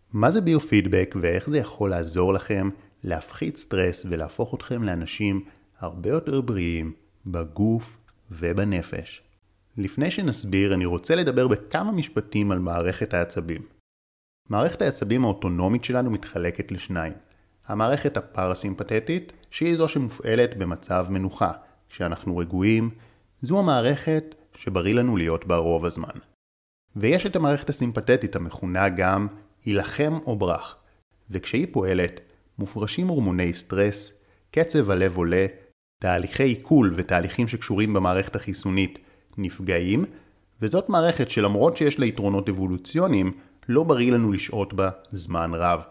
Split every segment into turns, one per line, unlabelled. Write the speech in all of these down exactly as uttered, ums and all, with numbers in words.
מה זה ביופידבק ואיך זה יכול לעזור לכם להפחית סטרס ולהפוך אתכם לאנשים הרבה יותר בריאים בגוף ובנפש? לפני שנסביר, אני רוצה לדבר בכמה משפטים על מערכת העצבים. מערכת העצבים האוטונומית שלנו מתחלקת לשניים. המערכת הפרסימפתטית, שהיא זו שמופעלת במצב מנוחה. כשאנחנו רגועים, זו המערכת שבריא לנו להיות בה רוב הזמן. ויש את המערכת הסימפתטית המכונה גם הילחם או ברח. וכשהיא פועלת, מופרשים הורמוני סטרס, קצב הלב עולה, תהליכי עיכול ותהליכים שקשורים במערכת החיסונית נפגעים, וזאת מערכת שלמרות שיש לה יתרונות אבולוציוניים, לא בריא לנו לשהות בה זמן רב.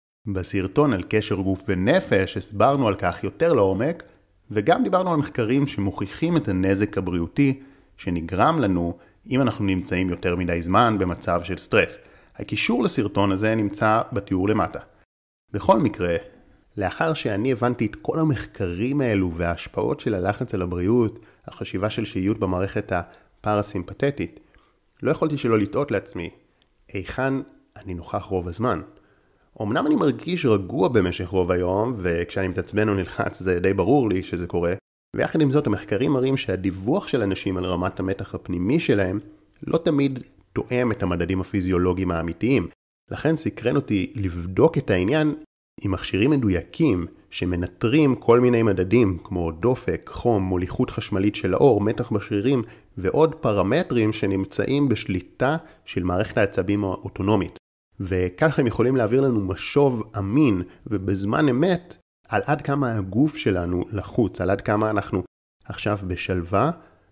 בסרטון על קשר גוף ונפש הסברנו על כך יותר לעומק, וגם דיברנו על מחקרים שמוכיחים את הנזק הבריאותי שנגרם לנו אם אנחנו נמצאים יותר מדי זמן במצב של סטרס. הקישור לסרטון הזה נמצא בתיאור למטה. בכל מקרה, לאחר שאני הבנתי את כל המחקרים האלו וההשפעות של הלחץ על הבריאות, החשיבה של שהיות במערכת הפרסימפתטית, לא יכולתי שלא לטעות לעצמי, היכן אני נוכח רוב הזמן. אמנם אני מרגיש רגוע במשך רוב היום, וכשאני מתעצבן או נלחץ זה די ברור לי שזה קורה, ויחד עם זאת המחקרים מראים שהדיווח של אנשים על רמת המתח הפנימי שלהם לא תמיד תואם את המדדים הפיזיולוגיים האמיתיים. לכן סקרן אותי לבדוק את העניין עם מכשירים מדויקים שמנטרים כל מיני מדדים כמו דופק, חום, מוליכות חשמלית של האור, מתח בשרירים ועוד פרמטרים שנמצאים בשליטה של מערכת העצבים האוטונומית. וכך הם יכולים להעביר לנו משוב אמין ובזמן אמת על עד כמה הגוף שלנו לחוץ, על עד כמה אנחנו עכשיו בשלווה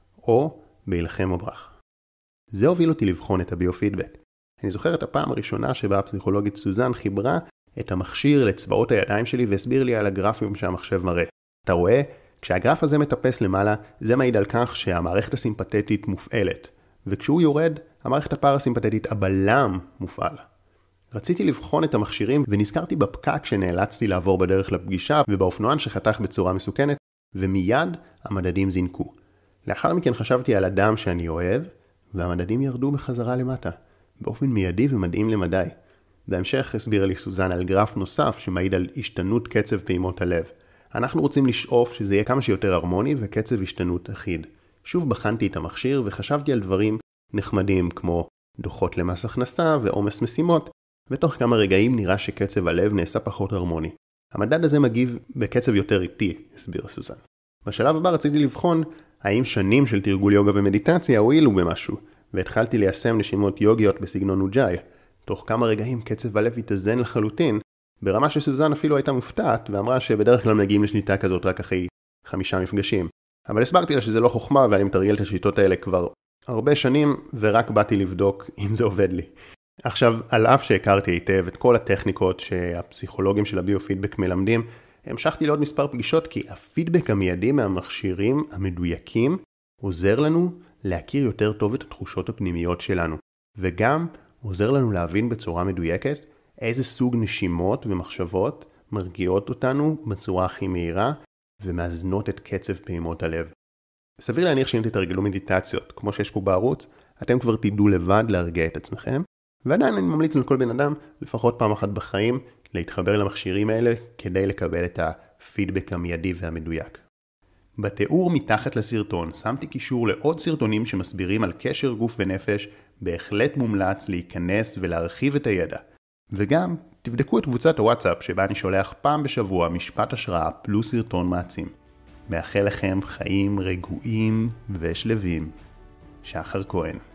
או בהילחם או ברח. זה הוביל אותי לבחון את הביופידבק. אני זוכר את הפעם הראשונה שבה הפסיכולוגית סוזן חיברה את המכשיר לצבאות הידיים שלי והסביר לי על הגרפים שהמחשב מראה. אתה רואה? כשהגרף הזה מטפס למעלה, זה מעיד על כך שהמערכת הסימפתטית מופעלת. וכשהוא יורד, המערכת הפרסימפתטית הבלם מופעל. רציתי לבחון את המכשירים ונזכרתי בפקק שנאלצתי לעבור בדרך לפגישה ובאופנוען שחתך בצורה מסוכנת, ומיד המדדים זינקו. לאחר מכן חשבתי על אדם שאני אוהב, והמדדים ירדו בחזרה למטה, באופן מיידי ומדהים למדי. בהמשך הסבירה לי סוזן על גרף נוסף שמעיד על השתנות קצב פעימות הלב. אנחנו רוצים לשאוף שזה יהיה כמה שיותר הרמוני וקצב השתנות אחיד. שוב בחנתי את המכשיר וחשבתי על דברים נחמדים כמו דוחות למס הכנסה ועומס משימות, ותוך כמה רגעים נראה שקצב הלב נעשה פחות הרמוני. המדד הזה מגיב בקצב יותר איטי, הסבירה סוזן. בשלב הבא רציתי לבחון האם שנים של תרגול יוגה ומדיטציה הועילו במשהו, והתחלתי ליישם נשימות יוגיות בסגנון אוג'אי. תוך כמה רגעים קצב הלב התאזן לחלוטין, ברמה שסוזן אפילו הייתה מופתעת ואמרה שבדרך כלל מגיעים לשליטה כזאת רק אחרי חמישה מפגשים. אבל הסברתי לה שזה לא חוכמה ואני מתרגל את השיטות האלה כבר הרבה שנים ורק באתי לבדוק אם זה עובד לי. עכשיו, על אף שהכרתי היטב את כל הטכניקות שהפסיכולוגים של הביופידבק מלמדים, המשכתי לעוד מספר פגישות כי הפידבק המיידי מהמכשירים המדויקים עוזר לנו להכיר יותר טוב את התחושות הפנימיות שלנו, וגם עוזר לנו להבין בצורה מדויקת איזה סוג נשימות ומחשבות מרגיעות אותנו בצורה הכי מהירה ומאזנות את קצב פעימות הלב. סביר להניח שאם תתרגלו מדיטציות כמו שיש פה בערוץ, אתם כבר תדעו לבד להרגיע את עצמכם, ועדיין אני ממליץ לכל בן אדם לפחות פעם אחת בחיים להתחבר למכשירים האלה כדי לקבל את הפידבק המיידי והמדויק. בתיאור מתחת לסרטון שמתי קישור לעוד סרטונים שמסבירים על קשר גוף ונפש, בהחלט מומלץ להיכנס ולהרחיב את הידע. וגם תבדקו את קבוצת הוואטסאפ שבה אני שולח פעם בשבוע משפט השראה פלוס סרטון מעצים. מאחל לכם חיים רגועים ושלווים. שחר כהן.